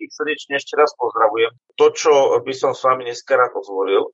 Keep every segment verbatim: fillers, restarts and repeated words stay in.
všetkých srdečne ešte raz pozdravujem. To, čo by som s vami dneska rád otvoril,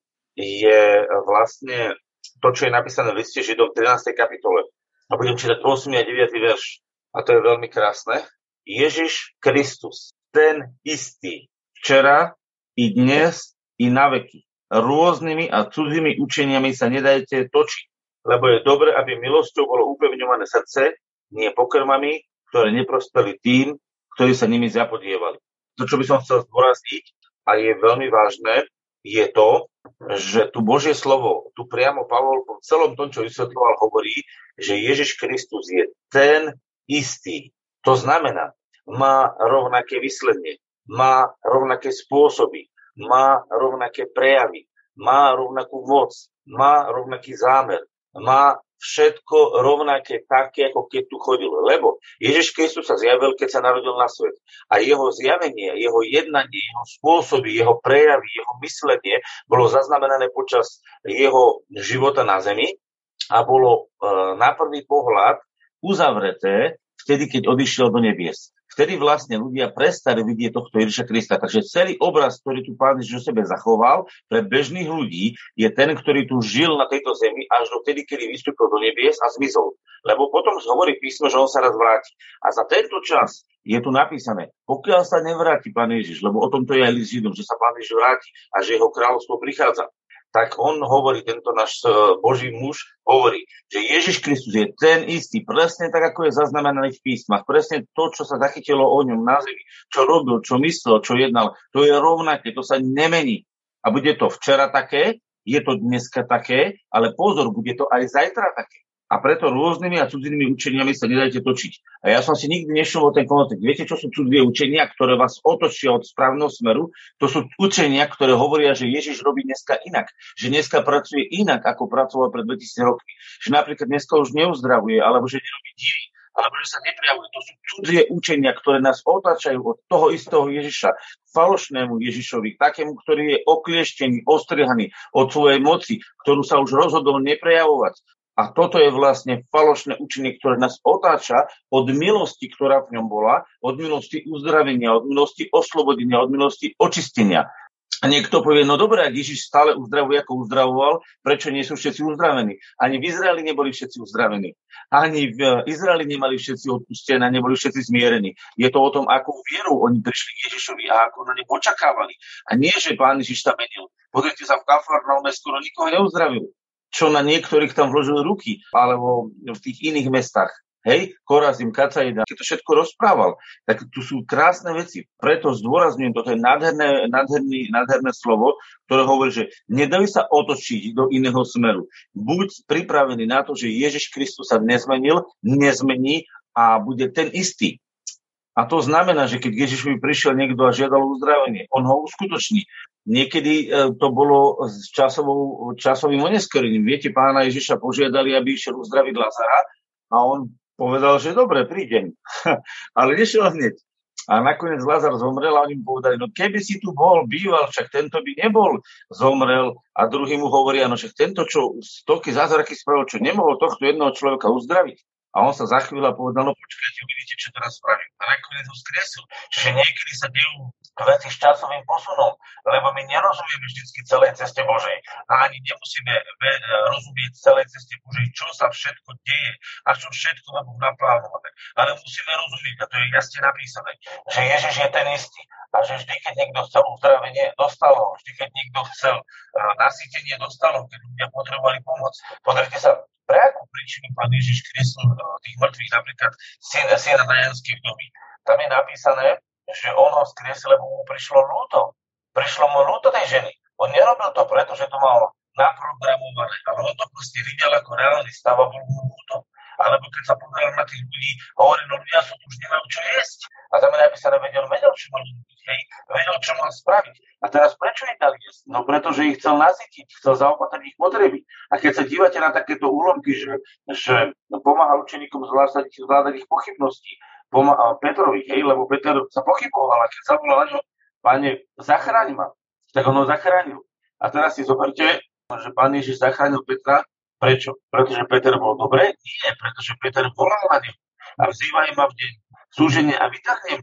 je vlastne to, čo je napísané v liste Židom v trinástej kapitole. A budem čítať ôsmy a deviaty verš. A to je veľmi krásne. Ježiš Kristus, ten istý, včera i dnes i na veky. Rôznymi a cudzými učeniami sa nedajte točiť, lebo je dobre, aby milosťou bolo upevňované srdce, nie pokrmami, ktoré neprospeli tým, ktorí sa nimi zapodievali. To, čo by som chcel zdôrazniť, a je veľmi vážne, je to, že tu Božie slovo, tu priamo Pavol po celom tom, čo vysvetľoval, hovorí, že Ježiš Kristus je ten istý. To znamená, má rovnaké myslenie, má rovnaké spôsoby, má rovnaké prejavy, má rovnakú moc, má rovnaký zámer, má všetko rovnaké také, ako keď tu chodil. Lebo Ježiš Kristus sa zjavil, keď sa narodil na svet. A jeho zjavenie, jeho jednanie, jeho spôsoby, jeho prejavy, jeho myslenie bolo zaznamenané počas jeho života na zemi a bolo e, na prvý pohľad uzavreté vtedy, keď odišiel do nebies. Vtedy vlastne ľudia prestali vidieť tohto Ježiša Krista. Takže celý obraz, ktorý tu Pán Ježiš o sebe zachoval pre bežných ľudí, je ten, ktorý tu žil na tejto zemi až do vtedy, kedy vystúpil do nebies a zmizol. Lebo potom hovorí písmo, že on sa raz vráti. A za tento čas je tu napísané, pokiaľ sa nevráti Pán Ježiš, lebo o tomto je aj list Židom, že sa Pán Ježiš vráti a že jeho kráľovstvo prichádza. Tak on hovorí, tento náš Boží muž hovorí, že Ježiš Kristus je ten istý, presne tak, ako je zaznamenaný v písmach, presne to, čo sa zachytilo o ňom na zemi, čo robil, čo myslel, čo jednal, to je rovnaké, to sa nemení. A bude to včera také, je to dneska také, ale pozor, bude to aj zajtra také. A preto rôznymi a cudzými učeniami sa nedajte točiť. A ja som si nikdy nešiel o ten kontext. Viete, čo sú cudzie učenia, ktoré vás otočia od správneho smeru? To sú učenia, ktoré hovoria, že Ježiš robí dneska inak. Že dneska pracuje inak, ako pracoval pred dvetisíc rokmi. Že napríklad dneska už neuzdravuje, alebo že nerobí divy, alebo že sa neprejavuje. To sú cudzie učenia, ktoré nás otáčajú od toho istého Ježiša, falošnému Ježišovi, takému, ktorý je oklieštený, ostrihaný od svojej moci, ktorú sa už rozhodol neprejavovať. A toto je vlastne falošné učenie, ktoré nás otáča od milosti, ktorá v ňom bola, od milosti uzdravenia, od milosti oslobodenia, od milosti očistenia. A niekto povie, no dobré, ak Ježiš stále uzdravuje, ako uzdravoval, prečo nie sú všetci uzdravení? Ani v Izraeli neboli všetci uzdravení. Ani v Izraeli nemali všetci odpustené, neboli všetci zmierení. Je to o tom, akú vieru oni prišli k Ježišovi a ako na ne očakávali. A nie, že Pán Ježiš tam menil. Pozrite sa, v Kafarnaume skoro nikoho neuzdravil. Čo na niektorých tam vložili ruky, alebo v tých iných mestách. Hej, Korazim, Kacajda, keď to všetko rozprával, tak tu sú krásne veci. Preto zdôrazňujem, toto je nádherné, nádherné, nádherné slovo, ktoré hovorí, že nedajú sa otočiť do iného smeru. Buď pripravený na to, že Ježiš Kristus sa nezmenil, nezmení a bude ten istý. A to znamená, že keď Ježišovi prišiel niekto a žiadal uzdravenie, on ho uskutoční. Niekedy to bolo s časovou, časovým oneskorením. Viete, Pána Ježiša požiadali, aby išiel uzdraviť Lazara a on povedal, že dobre, prídem. Ale nešiel hneď. A nakoniec Lazar zomrel a oni mu povedali, no keby si tu bol, býval, však tento by nebol, zomrel. A druhý mu hovoria, no však tento, čo stoky zázraky spravil, čo nemohol tohto jedného človeka uzdraviť. A on sa zachvíľa povedal, no počkajte, uvidíte, čo teraz spravím. A nakoniec ho skriesil. Čiže niekedy sa dejú veci s časovým posunom, lebo my nerozumieme vždycky celej ceste Božej. A ani nemusíme rozumieť celej ceste Božej, čo sa všetko deje a čo všetko má Boh naplánované. Ale musíme rozumieť, a to je jasne napísané, že Ježiš je ten istý. A že vždy, keď niekto chcel uzdravenie, dostal ho. Vždy, keď niekto chcel nasýtenie, dostal ho, keď ľudia potrebovali pomoc. Pozrite sa, pre akú príčinu Pán Ježiš kriesol tých mŕtvych, napríklad syna, syna Najanskej vdovy. Tam je napísané, že on ho skriesil, lebo mu prišlo ľúto. Prišlo mu ľúto tej ženy. On nerobil to preto, že to mal naprogramované, ale on to proste videl ako reálny stav a bol mu ľúto. Alebo keď sa pozeral na tých ľudí, hovorí, no ľudia sú tu už nemajú čo jesť. A tam je napísané, vedel, vedel, čo mal ľúbiť, hej, vedel, čo mal spraviť. A teraz prečo ich dali jesť? No pretože ich chcel nasytiť, chcel zaopatriť ich potreby. A keď sa dívate na takéto úlomky, že, že pomáha učeníkom zvládať, zvládať ich pochybnosti, pomáha Petrovi, hej, lebo Peter sa pochyboval a keď sa volal na ňo, Pane, zachráň ma, tak on ho zachránil. A teraz si zoberte, že Pán Ježiš zachránil Petra. Prečo? Pretože Peter bol dobre? Nie, pretože Peter volal na ňu. A vzývaj ma v deň súženia a vytrhnem ťa.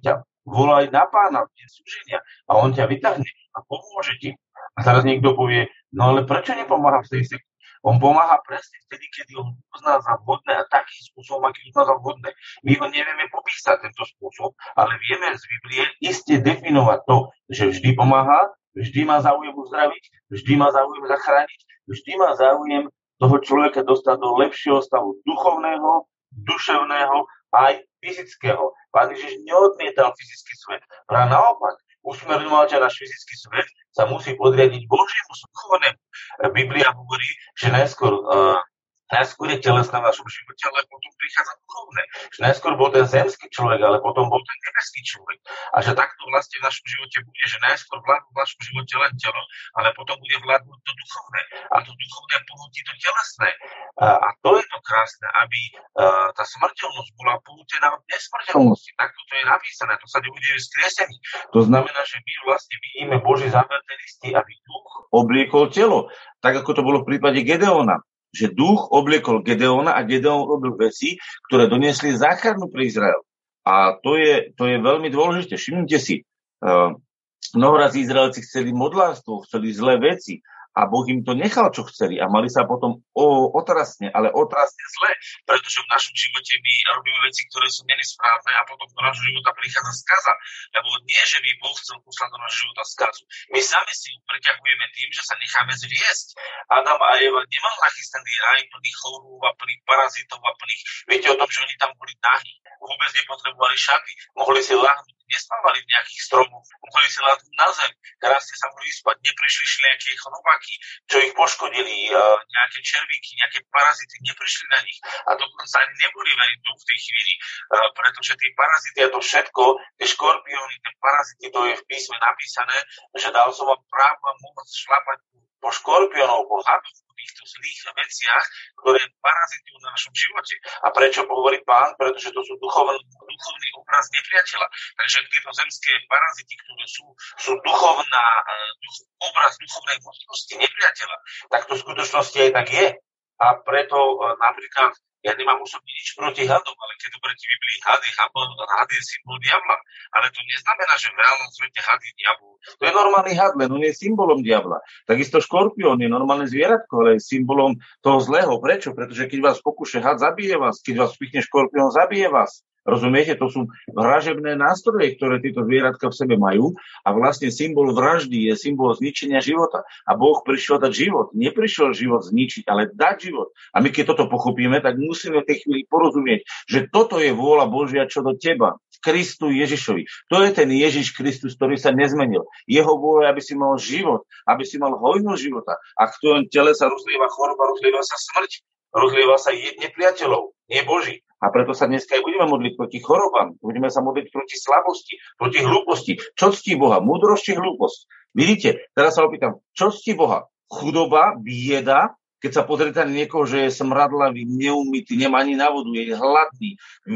volaj na Pána v deň súženia a on ťa vyťahne a pomôže ti. A teraz niekto povie, no ale prečo nepomáha v tej sekunde? On pomáha presne vtedy, kedy on uzná za vhodné a takým spôsobom, aký uzná za vhodné. My ho nevieme popísať tento spôsob, ale vieme z Biblie iste definovať to, že vždy pomáha, vždy má záujem uzdraviť, vždy má záujem zachrániť, vždy má záujem toho človeka dostať do lepšieho stavu duchovného, duševného aj fyzického. Pán Ježiš neodmietal fyzický svet. Práve naopak, usmerňoval ťa náš fyzický svet, sa musí podriadiť Božiemu duchovnému. Biblia hovorí, že najskôr, uh, najskôr je telesné v našom živote, ale potom prichádza duchovné. Že najskôr bol ten zemský človek, ale potom bol ten nebeský človek. A že takto vlastne v našom živote bude, že najskôr vládnu v našom živote len telo, ale potom bude vládnuť to duchovné. A to duchovné pohltí to telesné. A, a to je to krásne, aby uh, tá smrteľnosť bola pohútená v nesmrteľnosti. Takto to je napísané, to sa neudeje v skriesení. To znamená, že my vlastne vidíme Boží zámer tej listy, aby duch obliekol telo. Tak ako to bolo v prípade Gedeona. Že duch obliekol Gedeona a Gedeon robil veci, ktoré doniesli záchranu pre Izrael. A to je, to je veľmi dôležité. Všimnite si, uh, mnoho razy Izraelci chceli modlárstvo, chceli zlé veci a Boh im to nechal, čo chceli a mali sa potom o, otrasne, ale otrasne zle, pretože v našom živote my robíme veci, ktoré sú nesprávne a potom do nášho života prichádza skaza. Lebo nie, že by Boh chcel poslať do nášho života skazu. My sami si ju preťahujeme tým, že sa necháme zviesť. Adam a Eva nemal nachystaný raj plný chorôb a plný parazitov a plných. Viete o tom, že oni tam boli nahí, vôbec nepotrebovali šaty, mohli si ľahnúť, nespávali v nejakých stromoch, mohli si ľahnúť na zem, krásne sa mohli spať, neprišli nejaké chorobaky, čo ich poškodili, nejaké červíky, nejaké parazity, neprišli na nich a dokonca ani neboli veriť v tej chvíli, pretože tie parazity a to všetko, tie škorpióny, tie parazity, to je v písme napísané, že dal som vám právo a moc šlapať po škorpiónov, po hadoch, po týchto zlých veciach, ktoré parazitujú na našom živote. A prečo hovorí Pán? Pretože to sú duchovný, duchovný obraz nepriateľa. Takže tieto zemské parazity, ktoré sú, sú duchovná, duch, obraz duchovnej mocnosti nepriateľa, tak to v skutočnosti aj tak je. A preto napríklad ja nemám osobne nič proti hadom, ale keď dobre ti Biblii had je, had je symbol diabla. Ale to neznamená, že v reálnom svete had je diabol. To je normálny had, len on je symbolom diabla. Takisto škorpión je normálne zvieratko, ale je symbolom toho zlého. Prečo? Pretože keď vás pokúša had, zabije vás. Keď vás pichne škorpión, zabije vás. Rozumiete? To sú vražebné nástroje, ktoré tieto zvieratka v sebe majú a vlastne symbol vraždy je symbol zničenia života. A Boh prišiel dať život. Neprišiel život zničiť, ale dať život. A my keď toto pochopíme, tak musíme v tej chvíli porozumieť, že toto je vôľa Božia čo do teba, v Kristu Ježišovi. To je ten Ježiš Kristus, ktorý sa nezmenil. Jeho vôľa, aby si mal život, aby si mal hojnosť života. A v tvojom tele sa rozlieva choroba, rozlieva sa smrť, rozlieva sa nepriateľov, nie Boží. A preto sa dneska aj budeme modliť proti chorobám, budeme sa modliť proti slabosti, proti hlúposti. Čo ctí Boha? Múdrosť či hlúposť? Vidíte, teraz sa opýtam, čo ctí Boha? Chudoba, bieda, keď sa pozrite na niekoho, že je smradlavý, neumytý, nemá ani na vodu, je hladný,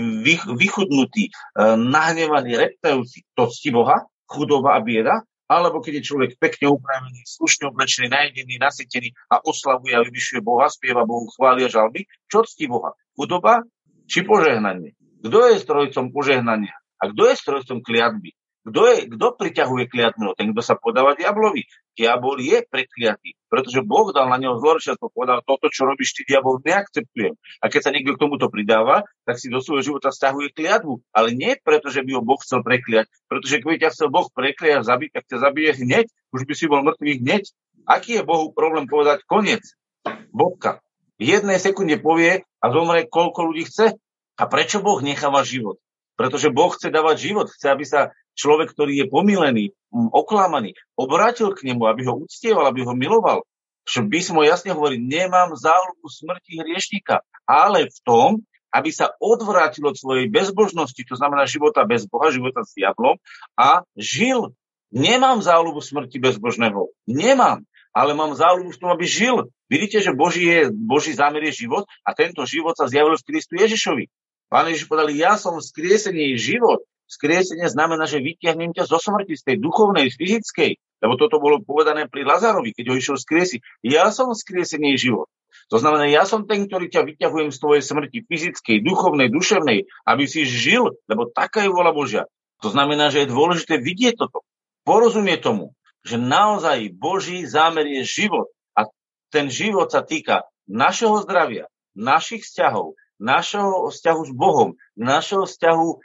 vychudnutý, nahnevaný, reptajúci, to ctí Boha? Chudoba a bieda? Alebo keď je človek pekne upravený, slušne oblečený, najedený, nasytený a oslavuje a vyvyšuje Boha, spieva Bohu chvály a žalby, čo ctí Boha? Chudoba či požehnanie? Kto je strojcom požehnania? A kto je strojcom kliatby? Kto, je, kto priťahuje kliatbu? Ten, kto sa podáva diablovi. Diabol je prekliatý, pretože Boh dal na neho zlorečenstvo, povedal, toto, čo robíš ty, diabol, neakceptujem. A keď sa niekto k tomuto pridáva, tak si do svojho života vzťahuje kliatbu. Ale nie preto, že by ho Boh chcel prekliať, pretože keby ťa chcel Boh prekliať a zabiť, tak ťa zabije hneď. Už by si bol mŕtvý hneď. Aký je Bohu problém povedať koniec? Bodka. V jednej sekunde povie a zomre, koľko ľudí chce. A prečo Boh necháva život? Pretože Boh chce dávať život. Chce, aby sa človek, ktorý je pomílený, oklamaný, obrátil k nemu, aby ho uctieval, aby ho miloval. Čo písmo jasne hovorí, nemám záľubu smrti hriešnika, ale v tom, aby sa odvrátil od svojej bezbožnosti, to znamená života bez Boha, života s diablom, a žil. Nemám záľubu smrti bezbožného. Nemám. Ale mám záľubu v tom, aby žil. Vidíte, že Boží, je, Boží zámer je život a tento život sa zjavil v Kristu Ježišovi. Pán Ježiš povedal, ja som vzkriesenie život. Vzkriesenie znamená, že vytiahnem ťa zo smrti, z tej duchovnej, z fyzickej. Lebo toto bolo povedané pri Lazarovi, keď ho išiel vzkriesiť. Ja som vzkriesenie život. To znamená, ja som ten, ktorý ťa vyťahujem z tvojej smrti fyzickej, duchovnej, duševnej, aby si žil, lebo taká je vôľa Božia. To znamená, že je dôležité vidieť toto, porozumieť tomu, že naozaj Boží zámer je život a ten život sa týka našeho zdravia, našich vzťahov, našeho vzťahu s Bohom, našeho vzťahu e,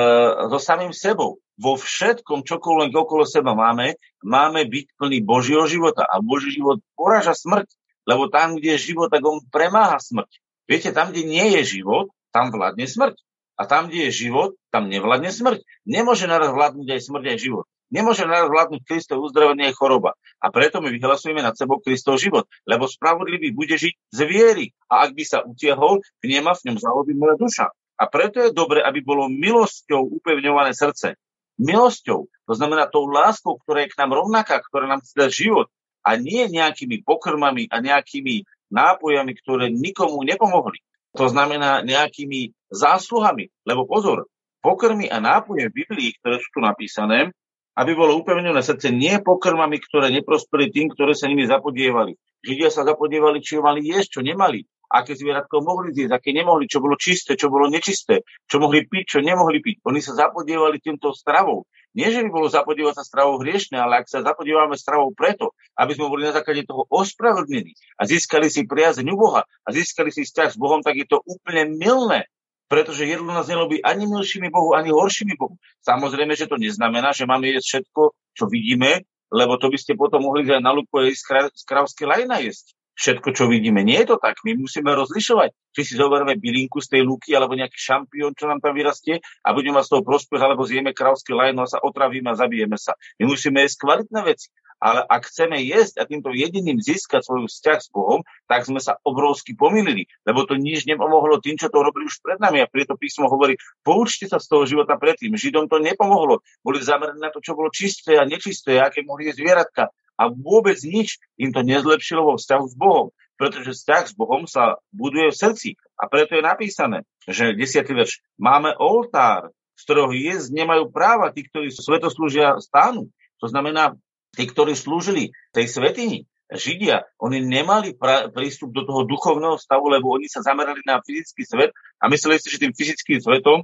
so samým sebou. Vo všetkom, čokoľvek okolo seba máme, máme byť plný Božieho života a Boží život poráža smrť, lebo tam, kde je život, tak on premáha smrť. Viete, tam, kde nie je život, tam vládne smrť. A tam, kde je život, tam nevládne smrť. Nemôže naraz vládnuť aj smrť, aj život. Nemôže naraz vládnuť Kristov uzdravenie aj choroba. A preto my vyhlasujeme nad sebou Kristov život, lebo spravodlivý bude žiť z viery. A ak by sa utiahol, nemá v ňom zalobí moja duša. A preto je dobre, aby bolo milosťou upevňované srdce. Milosťou, to znamená tou láskou, ktorá je k nám rovnaká, ktorá nám dá život. A nie nejakými pokrmami a nejakými nápojami, ktoré nikomu nepomohli. To znamená nejakými zásluhami. Lebo pozor, pokrmy a nápoje v Biblii, ktoré sú tu napísané, aby bolo upevnené srdce, nie pokrmami, ktoré neprospeli tým, ktoré sa nimi zapodievali. Židia sa zapodievali, čo mali jesť, čo nemali. Aké zvieratko mohli zjesť, aké nemohli, čo bolo čisté, čo bolo nečisté, čo mohli piť, čo nemohli piť. Oni sa zapodievali týmto stravou. Nie, že by bolo zapodievať sa stravou hriešne, ale ak sa zapodievame stravou preto, aby sme boli na základe toho ospravedlnení a získali si priazeň u Boha a získali si vzťah s Bohom, tak je to úplne mylné. Pretože jedlo nás nelobí ani milšími Bohu, ani horšími Bohu. Samozrejme, že to neznamená, že máme jesť všetko, čo vidíme, lebo to by ste potom mohli aj na lúku jesť z kravské lajna jesť. Všetko, čo vidíme. Nie je to tak. My musíme rozlišovať, či si zoberieme bylinku z tej lúky, alebo nejaký šampión, čo nám tam vyrastie a budeme mať z toho prospech, alebo zjeme kravské lajno a sa otravíme a zabijeme sa. My musíme jesť kvalitné veci. Ale ak chceme jesť a týmto jediným získať svoj vzťah s Bohom, tak sme sa obrovsky pomýlili, lebo to nič nepomohlo tým, čo to robili už pred nami. A preto písmo hovorí, poučte sa z toho života predtým. Židom to nepomohlo. Boli zameraní na to, čo bolo čisté a nečisté, aké mohli jesť zvieratka. A vôbec nič im to nezlepšilo vo vzťahu s Bohom, pretože vzťah s Bohom sa buduje v srdci. A preto je napísané, že desiaty verš, máme oltár, z ktorého jesť nemajú práva tí, ktorí svetoslúžia stánu. To znamená, tí, ktorí slúžili tej svätyni, Židia, oni nemali pra- prístup do toho duchovného stavu, lebo oni sa zamerali na fyzický svet a mysleli si, že tým fyzickým svetom,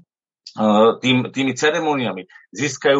tým, tými ceremoniami získajú,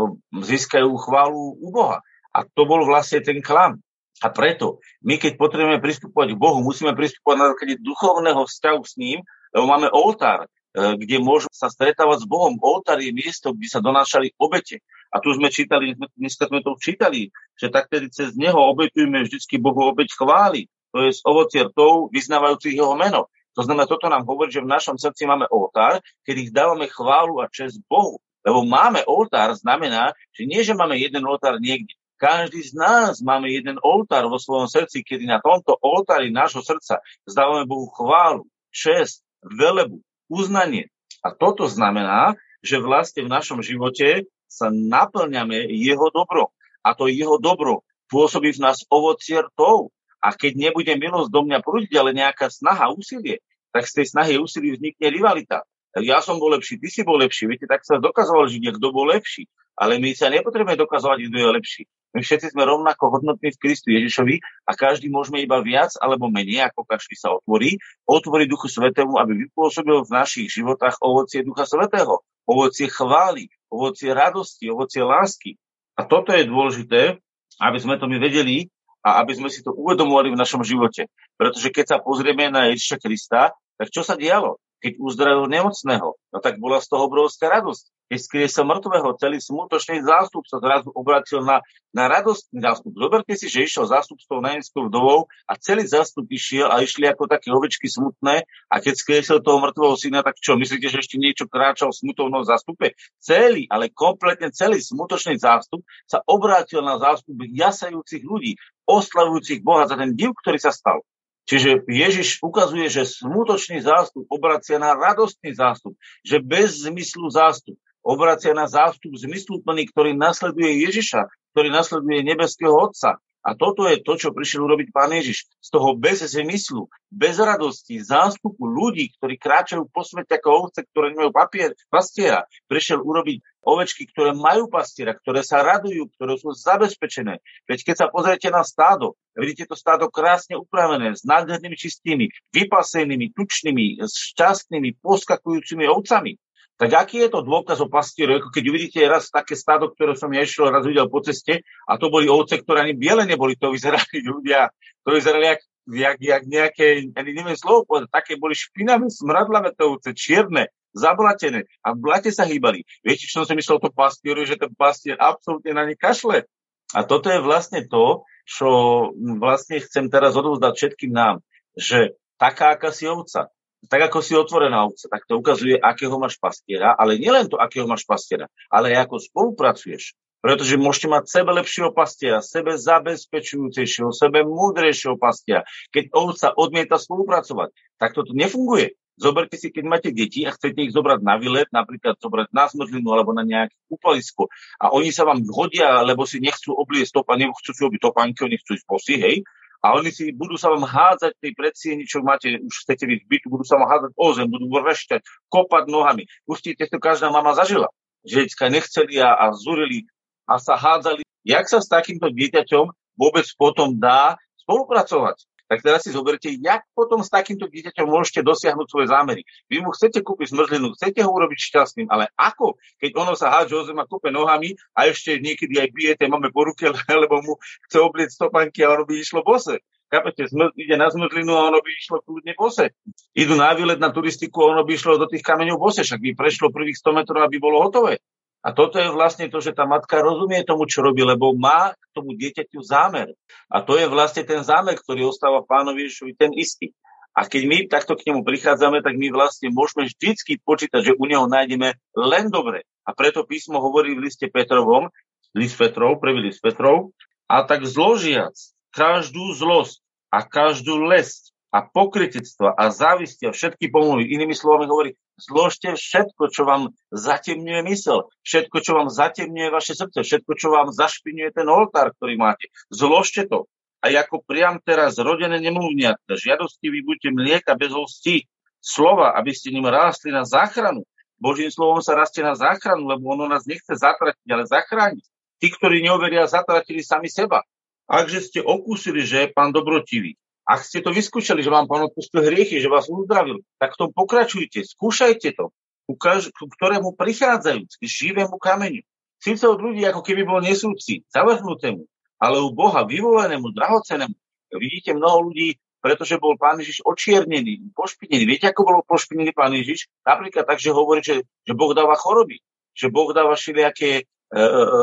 získajú chválu u Boha. A to bol vlastne ten klam. A preto my, keď potrebujeme pristupovať k Bohu, musíme pristupovať na základe duchovného vzťahu s ním, lebo máme oltár, kde môžeme sa stretávať s Bohom. Oltár je miesto, kde sa donášali obete. A tu sme čítali, dneska sme to čítali, že tak tedy cez neho obetujeme vždycky Bohu obeť chvály. To je z ovocie rtov vyznávajúcich jeho meno. To znamená, toto nám hovorí, že v našom srdci máme oltár, kedy dávame chválu a česť Bohu. Lebo máme oltár, znamená, že nie, že máme jeden oltár niekde. Každý z nás máme jeden oltár vo svojom srdci, kedy na tomto oltári nášho srdca zdávame Bohu chválu, česť, velebu, uznanie. A toto znamená, že vlastne v našom živote sa naplňame jeho dobro. A to jeho dobro pôsobí v nás ovocie rtov. A keď nebude milosť do mňa prúdiť, ale nejaká snaha, úsilie, tak z tej snahy úsilí vznikne rivalita. Ja som bol lepší, ty si bol lepší. Viete, tak sa dokazoval Židia, kto bol lepší. Ale my sa nepotrebujeme dokazovať, kto je lepší. My všetci sme rovnako hodnotní v Kristu Ježišovi a každý môžeme iba viac alebo menej, ako každý sa otvorí, otvorí Duchu Svätému, aby vypôsobil v našich životách ovocie Ducha Svätého, ovocie chvály, ovocie radosti, ovocie lásky. A toto je dôležité, aby sme to my vedeli a aby sme si to uvedomovali v našom živote. Pretože keď sa pozrieme na Ježiša Krista, tak čo sa dialo? Keď uzdravil nemocného, no tak bola z toho obrovská radosť. Keď skriesol mŕtvého, celý smutočný zástup sa zrazu obrátil na, na radostný zástup. Zoberte si, že išiel zástup s tou najemskou vdovou a celý zástup išiel a išli ako také ovečky smutné a keď skriesol toho mŕtvého syna, tak čo, myslíte, že ešte niečo kráčal v smutovnom zástupe? Celý, ale kompletne celý smutočný zástup sa obrátil na zástup jasajúcich ľudí, oslavujúcich Boha za ten div, ktorý sa stal. Čiže Ježiš ukazuje, že smutočný zástup obracia na radostný zástup, že bez zmyslu zástup obracia na zástup zmysluplný, ktorý nasleduje Ježiša, ktorý nasleduje nebeského Otca. A toto je to, čo prišiel urobiť Pán Ježiš. Z toho bez zmyslu, bez radosti, zástupu ľudí, ktorí kráčajú po svete ako ovce, ktoré nemajú papier, pastiera, prišiel urobiť ovečky, ktoré majú pastiera, ktoré sa radujú, ktoré sú zabezpečené. Veď keď sa pozriete na stádo, vidíte to stádo krásne upravené, s nádhernými čistými, vypasenými, tučnými, šťastnými, poskakujúcimi ovcami. Tak aký je to dôkaz o pastierovi, ako keď uvidíte raz také stádo, ktoré som ja išiel, raz videl po ceste, a to boli ovce, ktoré ani biele neboli, to vyzerali ľudia, to vyzerali jak, jak, jak nejaké, ani neviem slovo povedať, také boli špinavé, smradlavé to ovce, čierne, zablatené a v blate sa hýbali. Viete, čo som si myslel to pastierovi, že ten pastier absolútne na ne kašle. A toto je vlastne to, čo vlastne chcem teraz odovzdať všetkým nám, že taká, aká si ovca, tak ako si otvorená ovca, tak to ukazuje, akého máš pastiera, ale nielen to, akého máš pastiera, ale aj ako spolupracuješ. Pretože môžete mať sebe lepšieho pastiera, sebe zabezpečujúcejšieho, sebe múdrejšieho pastiera. Keď ovca odmieta spolupracovať, tak toto nefunguje. Zoberte si, keď máte deti a chcete ich zobrať na výlet, napríklad zobrať na smrzlinu alebo na nejaké kúpalisko a oni sa vám hodia, lebo si nechcú obliecť topa, nechcú si obliť topánky, oni chcú ísť posy, hej, a oni si budú sa vám hádzať tej predsieni, čo máte, už chcete byť v bytu, budú sa vám hádzať o zem, budú vrešťať, kopať nohami. Určite to každá mama zažila. Že decká nechceli a, a zúrili a sa hádzali. Jak sa s takýmto dieťaťom vôbec potom dá spolupracovať? Tak teraz si zoberte, jak potom s takýmto dieťaťom môžete dosiahnuť svoje zámery. Vy mu chcete kúpiť zmrzlinu, chcete ho urobiť šťastným, ale ako? Keď ono sa hádže o zem a kúpe nohami a ešte niekedy aj bijete, máme po ruke, lebo mu chce obliecť stopanky a ono by išlo bose. Chápete, Zmr- ide na zmrzlinu a ono by išlo kľudne bose. Idú na výlet na turistiku a ono by išlo do tých kameňov bose, však by prešlo prvých sto metrov, aby bolo hotové. A toto je vlastne to, že tá matka rozumie tomu, čo robí, lebo má k tomu dieťaťu zámer. A to je vlastne ten zámer, ktorý ostáva Pánovi Ježišovi ten istý. A keď my takto k nemu prichádzame, tak my vlastne môžeme vždycky počítať, že u neho nájdeme len dobre. A preto písmo hovorí v liste Petrovom, list Petrov, prvý list Petrov, a tak zložiac každú zlosť a každú lesť a pokrytectva a závisti a všetky pomluvy. Inými slovami hovorí, zložte všetko, čo vám zatemňuje mysel, všetko, čo vám zatemňuje vaše srdce, všetko, čo vám zašpiňuje ten oltár, ktorý máte. Zložte to. A ako priam teraz rodené nemluvniatka, žiadostivý buďte mlieka bez hostí, slova, aby ste ním rástli na záchranu. Božím slovom sa rastie na záchranu, lebo ono nás nechce zatratiť, ale zachrániť. Tí, ktorí neuveria, zatratili sami seba. Akže ste okúsili, že je Pán dobrotivý, ak ste to vyskúšali, že vám Pán odpustil hriechy, že vás uzdravil, tak v tom pokračujte, skúšajte to, ku, kaž- ku ktorému prichádzajú, k živému kameňu. Síce od ľudí, ako keby bol nesúci, zavrhnutému, ale u Boha vyvolenému, drahocenému. Vidíte mnoho ľudí, pretože bol Pán Ježiš očiernený, pošpinený. Viete, ako bol pošpinený Pán Ježiš? Napríklad tak, že hovorí, že, že Boh dáva choroby, že Boh dáva všelijaké e, e,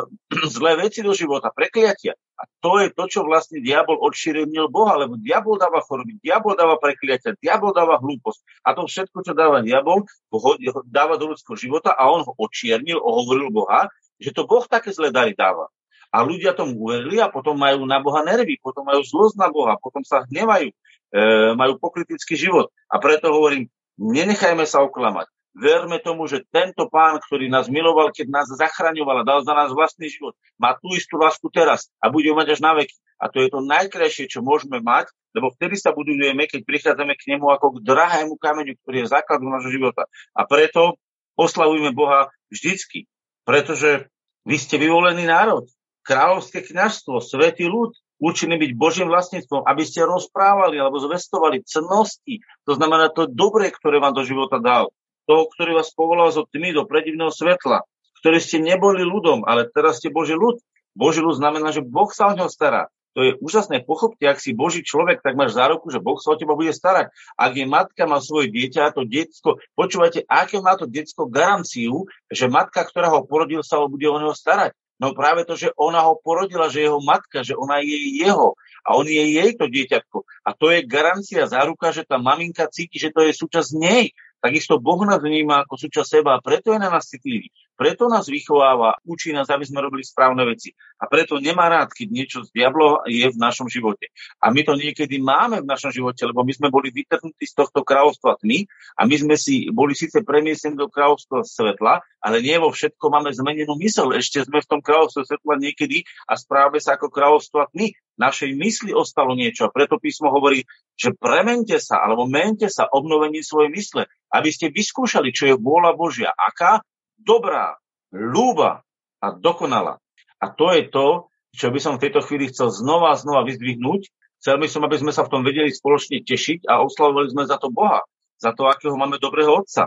zlé veci do života, prekliatia. A to je to, čo vlastne diabol odšírenil Boha, lebo diabol dáva choroby, diabol dáva prekliatia, diabol dáva hlúposť. A to všetko, čo dáva diabol, ho dáva do ľudského života a on ho odčiernil, ohovoril Boha, že to Boh také zlé dary dáva. A ľudia tomu uverili a potom majú na Boha nervy, potom majú zlosť na Boha, potom sa hnevajú, e, majú pokritický život. A preto hovorím, nenechajme sa oklamať. Verme tomu, že tento Pán, ktorý nás miloval, keď nás zachraňoval a dal za nás vlastný život, má tú istú lásku teraz a bude ju mať až na veky. A to je to najkrajšie, čo môžeme mať, lebo vtedy sa budujeme, keď prichádzame k nemu ako k drahému kameňu, ktorý je základom nášho života. A preto oslavujme Boha vždycky, pretože vy ste vyvolený národ, kráľovské kňazstvo, svätý ľud, určený byť Božím vlastníctvom, aby ste rozprávali alebo zvestovali cnosti, to znamená to dobré, ktoré vám do života dal. Toho, ktorý vás povolal zo tmy do predivného svetla, ktorý ste neboli ľudom, ale teraz ste Boží ľud. Boží ľud znamená, že Boh sa o neho stará. To je úžasné. Pochopte, ak si Boží človek, tak máš záruku, že Boh sa o teba bude starať. Ak je matka, má svoje dieťa, to detsko, počúvajte, aké má to detsko garanciu, že matka, ktorá ho porodil, sa bude o neho starať. No práve to, že ona ho porodila, že jeho matka, že ona je jeho a on je jej to dieťatko. A to je garancia, záruka, že tá maminka cíti, že to je súčasť nej. Takisto Boh nás vníma ako súčasť seba a preto je na nás citlivý. Preto nás vychováva, učí nás, aby sme robili správne veci. A preto nemá rád, keď niečo z diabla je v našom živote. A my to niekedy máme v našom živote, lebo my sme boli vytrhnutí z tohto kráľovstva tmy a my sme si boli síce premiesnení do kráľovstva svetla, ale nie vo všetko máme zmenenú myseľ. Ešte sme v tom kráľovstve svetla niekedy a správame sa ako kráľovstva tmy. Našej mysli ostalo niečo a preto písmo hovorí, že premente sa alebo mente sa obnovení svojej mysle, aby ste vyskúšali, čo je vôľa Božia, aká dobrá, ľúba a dokonalá. A to je to, čo by som v tejto chvíli chcel znova a znova vyzdvihnúť. Chcel by som, aby sme sa v tom vedeli spoločne tešiť a oslavovali sme za to Boha, za to, akého máme dobrého Otca.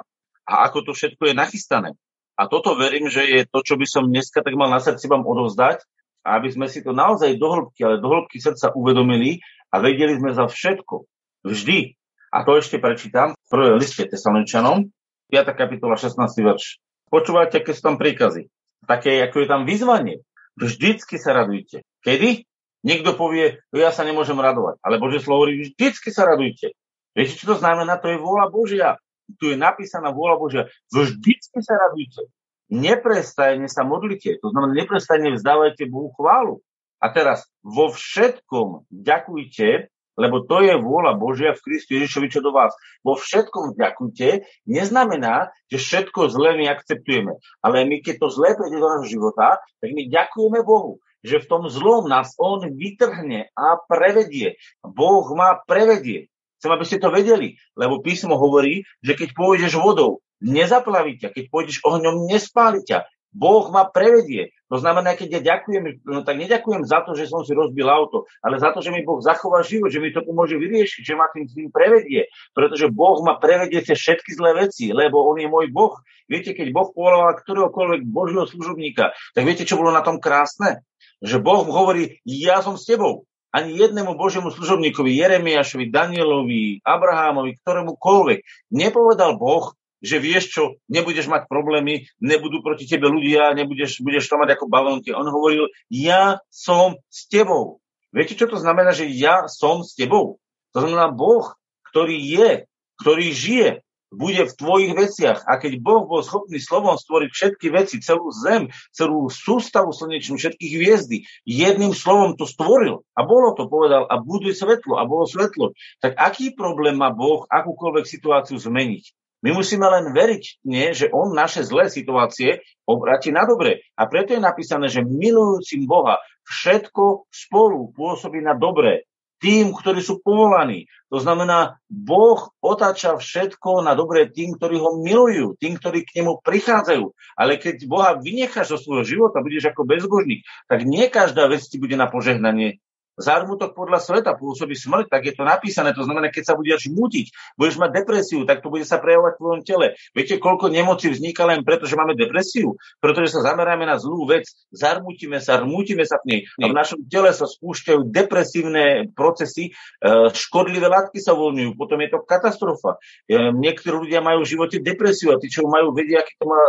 a ako to všetko je nachystané. A toto verím, že je to, čo by som dneska tak mal na srdci vám odovzdať, aby sme si to naozaj do hĺbky, ale do hĺbky srdca uvedomili a vedeli sme za všetko. Vždy. A to ešte prečítam v prvom liste Tesaloničanom, piata kapitola, šestnásty verš. Počúvajte, aké sú tam príkazy. Také, ako je tam vyzvanie. Vždycky sa radujte. Kedy? Niekto povie, ja sa nemôžem radovať. Ale Božie slovo hovorí, vždycky sa radujte. Viete, čo to znamená? To je vôľa Božia. Tu je napísaná vôľa Božia. Vždycky sa radujte. Neprestajne sa modlite. To znamená, neprestajne vzdávajte Bohu chválu. A teraz vo všetkom ďakujte, lebo to je vôľa Božia v Kristu Ježišovi, čo do vás. Vo všetkom ďakujte neznamená, že všetko zlé my akceptujeme. Ale my, keď to zlé príde do nášho života, tak my ďakujeme Bohu, že v tom zlom nás On vytrhne a prevedie. Boh ma prevedie. Chcem, aby ste to vedeli, lebo písmo hovorí, že keď pôjdeš vodou, nezaplaví ťa, keď pôjdeš ohňom, nespáli ťa. Boh ma prevedie. To znamená, keď ja ďakujem, no tak neďakujem za to, že som si rozbil auto, ale za to, že mi Boh zachová život, že mi to pomôže vyriešiť, že ma tým tým prevedie. Pretože Boh ma prevedie cez všetky zlé veci, lebo On je môj Boh. Viete, keď Boh povolal ktoréhokoľvek Božieho služobníka, tak viete, čo bolo na tom krásne? Že Boh mu hovorí, ja som s tebou. Ani jednému Božiemu služobníkovi, Jeremiášovi, Danielovi, Abrahámovi, ktorémukoľvek nepovedal Boh, že vieš čo, nebudeš mať problémy, nebudú proti tebe ľudia, nebudeš budeš to mať ako balónky. On hovoril, ja som s tebou. Viete, čo to znamená, že ja som s tebou? To znamená, Boh, ktorý je, ktorý žije, bude v tvojich veciach. A keď Boh bol schopný slovom stvoriť všetky veci, celú zem, celú sústavu slnečnú, všetky hviezdy, jedným slovom to stvoril. A bolo to, povedal, a buduj svetlo, a bolo svetlo. Tak aký problém má Boh akúkoľvek situáciu zmeniť? My musíme len veriť, nie, že On naše zlé situácie obráti na dobre. A preto je napísané, že milujúcim Boha všetko spolu pôsobí na dobré. Tým, ktorí sú povolaní. To znamená, Boh otáča všetko na dobré tým, ktorí ho milujú, tým, ktorí k nemu prichádzajú. Ale keď Boha vynecháš zo svojho života, budeš ako bezbožník, tak nie každá vec ti bude na požehnanie. Zármutok podľa sveta pôsobí smrť, tak je to napísané. To znamená, keď sa budeš mútiť, budeš mať depresiu, tak to bude sa prejavovať v tvojom tele. Viete, koľko nemocí vzniká len preto, že máme depresiu? Pretože sa zameráme na zlú vec, zarmútime sa, rmútime sa v nej. A v našom tele sa spúšťajú depresívne procesy, škodlivé látky sa uvoľňujú, potom je to katastrofa. Niektorí ľudia majú v živote depresiu a tí, čo majú, vedia, aký to má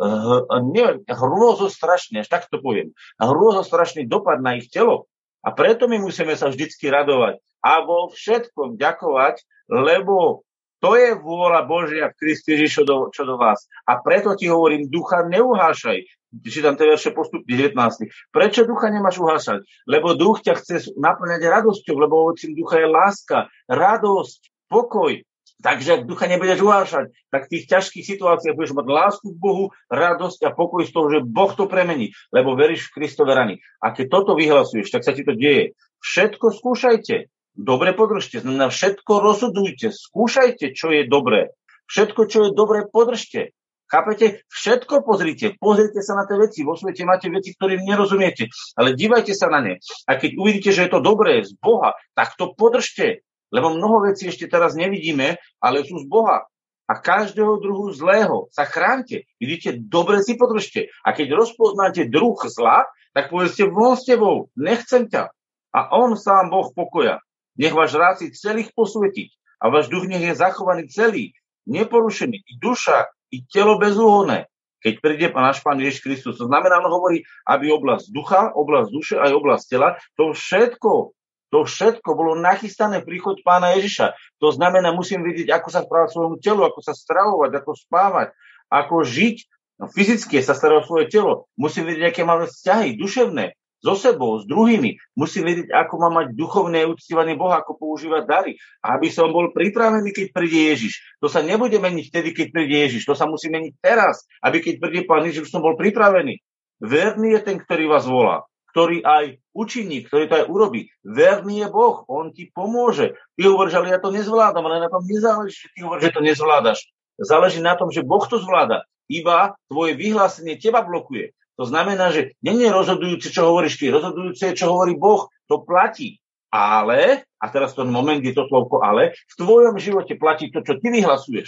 neviem, hrôzostrašný, až tak to poviem, hrôzostrašný dopad na ich telo. A preto my musíme sa vždycky radovať a vo všetkom ďakovať, lebo to je vôľa Božia v Kristu Ježišu do, čo do vás. A preto ti hovorím, ducha neuhášaj. Čítam tie verše postupne devätnásty. Prečo ducha nemáš uhášať? Lebo duch ťa chce naplňať radosťou, lebo ovocím ducha je láska, radosť, pokoj. Takže ak ducha nebudeš uhášať, tak v tých ťažkých situáciách budeš mať lásku k Bohu, radosť a pokoj z toho, že Boh to premení, lebo veríš v Kristove rany. A keď toto vyhlasuješ, tak sa ti to deje. Všetko skúšajte, dobre podržte, znamená všetko rozhodujte, skúšajte, čo je dobré. Všetko, čo je dobré, podržte. Chápete? Všetko pozrite. Pozrite sa na tie veci. Vo svete máte veci, ktorým nerozumiete, ale dívajte sa na ne. A keď uvidíte, že je to dobré z Boha, tak to podržte. Lebo mnoho vecí ešte teraz nevidíme, ale sú z Boha. A každého druhu zlého sa chránte. Vidíte, dobre si podržte. A keď rozpoznáte druh zla, tak povedzte, von s tebou, nechcem ťa. A on sám Boh pokoja. Nech váš rád si celých posvetiť. A váš duch nech je zachovaný celý, neporušený. I duša, i telo bezúhonné. Keď príde náš Pán Ježiš Kristus. To znamená, on hovorí, aby oblasť ducha, oblasť duše aj oblasť tela, to všetko To všetko bolo nachystané príchod Pána Ježiša. To znamená, musím vidieť, ako sa správať svojmu telu, ako sa stravovať, ako spávať, ako žiť. No, fyzicky sa starať o svoje telo. Musím vedieť, aké máme vzťahy duševné so sebou, s druhými. Musím vedieť, ako mám mať duchovné uctievanie Boha, ako používať dary. Aby som bol pripravený, keď príde Ježiš. To sa nebude meniť vtedy, keď príde Ježiš. To sa musí meniť teraz, aby keď príde Pán Ježiš, už som bol pripravený. Verný je ten, ktorý vás volá, ktorý aj učiní, ktorý to aj urobí. Verný je Boh, on ti pomôže. Ty hovoríš, ale ja to nezvládam, ale na tom nezáleží, že ty hovoríš, že to nezvládaš. Záleží na tom, že Boh to zvláda. Iba tvoje vyhlásenie teba blokuje. To znamená, že nie je rozhodujúce, čo hovoríš ty, rozhodujúce, čo hovorí Boh, to platí. Ale, a teraz ten moment je to slovko ale, v tvojom živote platí to, čo ty vyhlasuješ. V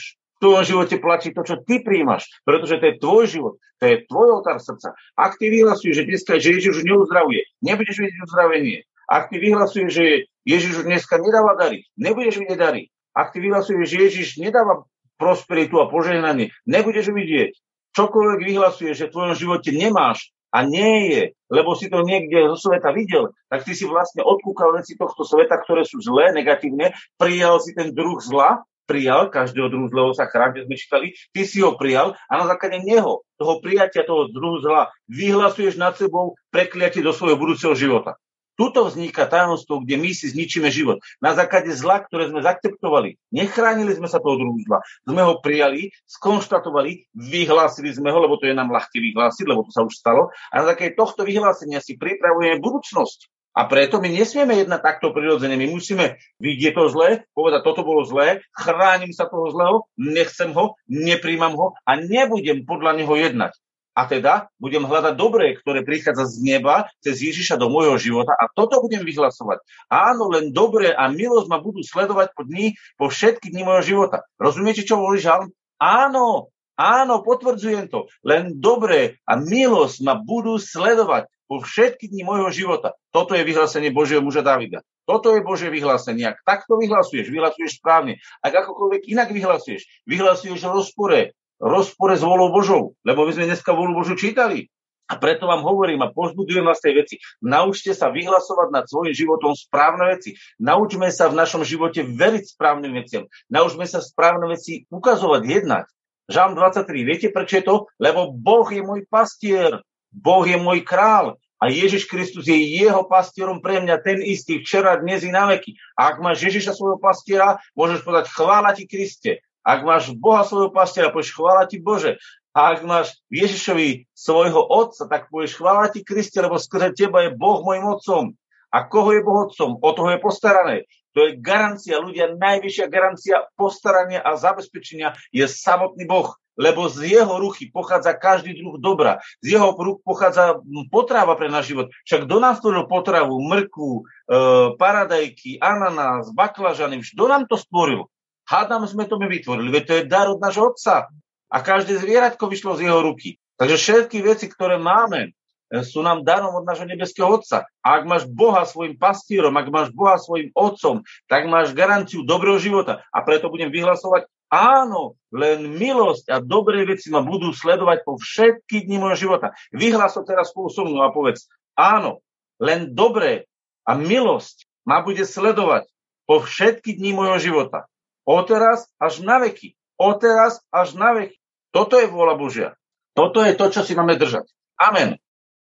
tvojom živote platí to, čo ty prijímaš, pretože to je tvoj život, to je tvoj oltár srdca. Ak ty vyhlasuješ, že dneska že Ježiš už neuzdravuje, nebudeš vidieť uzdravenie. Ak ty vyhlasuješ, že Ježiš už dneska nedáva dary, nebudeš vidieť dary. Ak ty vyhlasuješ, že Ježiš nedáva prosperitu a požehnanie, nebudeš vidieť. Čokoľvek vyhlasuješ, že v tvojom živote nemáš a nie je, lebo si to niekde zo sveta videl, tak ty si vlastne odkúkal veci tohto sveta, ktoré sú zlé, negatívne, prijal si ten druh zla, prijal, každého druhu zlého sa chrám, kde sme čítali, ty si ho prijal a na základe neho, toho prijatia toho druhu zla, vyhlasuješ nad sebou prekliatie do svojho budúceho života. Tuto vzniká tajomstvo, kde my si zničíme život. Na základe zla, ktoré sme zaakceptovali. Nechránili sme sa toho druhu zla. Sme ho prijali, skonštatovali, vyhlásili sme ho, lebo to je nám ľahké vyhlásiť, lebo to sa už stalo. A na základe tohto vyhlásenia si pripravujeme budúcnosť. A preto my nesmieme jednať takto prirodzene. My musíme vidieť to zlé, povedať, toto bolo zlé, chránim sa toho zlého, nechcem ho, nepríjmam ho a nebudem podľa neho jednať. A teda budem hľadať dobré, ktoré prichádza z neba cez Ježiša do môjho života a toto budem vyhlasovať. Áno, len dobré a milosť ma budú sledovať po dní, po všetky dni môjho života. Rozumiete, čo hovorí žalm? Áno, áno, potvrdzujem to. Len dobré a milosť ma budú sledovať po všetky dni môjho života. Toto je vyhlásenie Božieho muža Davida. Toto je Božie vyhlásenie. Ak takto vyhlasuješ, vyhlasuješ správne. Ak akokoľvek inak vyhlasuješ, vyhlasuješ v rozpore, rozpore s volou Božou, lebo my sme dneska volu Božu čítali. A preto vám hovorím a povzbudujem vás tej veci. Naučte sa vyhlasovať nad svojím životom správne veci. Naučme sa v našom živote veriť správnym veciam. Naučme sa správne veci ukazovať, jednať. Žalm dvadsaťtri. Viete, prečo je to? Lebo Boh je môj pastier. Boh je môj král. A Ježiš Kristus je jeho pastierom pre mňa, ten istý včera, dnes i na veky. A ak máš Ježiša svojho pastiera, môžeš povedať chvála ti Kriste. Ak máš Boha svojho pastiera, povieš chvála ti Bože. A ak máš Ježišovi svojho otca, tak povieš chvála ti Kriste, lebo skrze teba je Boh môjim otcom. A koho je Boh otcom? O toho je postarané. To je garancia, ľudia, najvyššia garancia postarania a zabezpečenia je samotný Boh. Lebo z jeho ruky pochádza každý druh dobra. Z jeho rúk pochádza potrava pre náš život. Však kto nám stvoril potravu, mrkvu, e, paradajky, ananás, baklažany, kto nám to stvoril? Hádam sme to my vytvorili, veď to je dar od nášho otca. A každé zvieratko vyšlo z jeho ruky. Takže všetky veci, ktoré máme, sú nám darom od nášho nebeského otca. A ak máš Boha svojim pastierom, ak máš Boha svojim otcom, tak máš garanciu dobrého života. A preto budem vyhlasovať, áno, len milosť a dobré veci ma budú sledovať po všetky dni môjho života. Vyhlas to teraz spolu so mnou a povedz, áno, len dobré a milosť ma bude sledovať po všetky dni môjho života. Odteraz až na veky. Odteraz až na veky. Toto je vôľa Božia. Toto je to, čo si máme držať. Amen.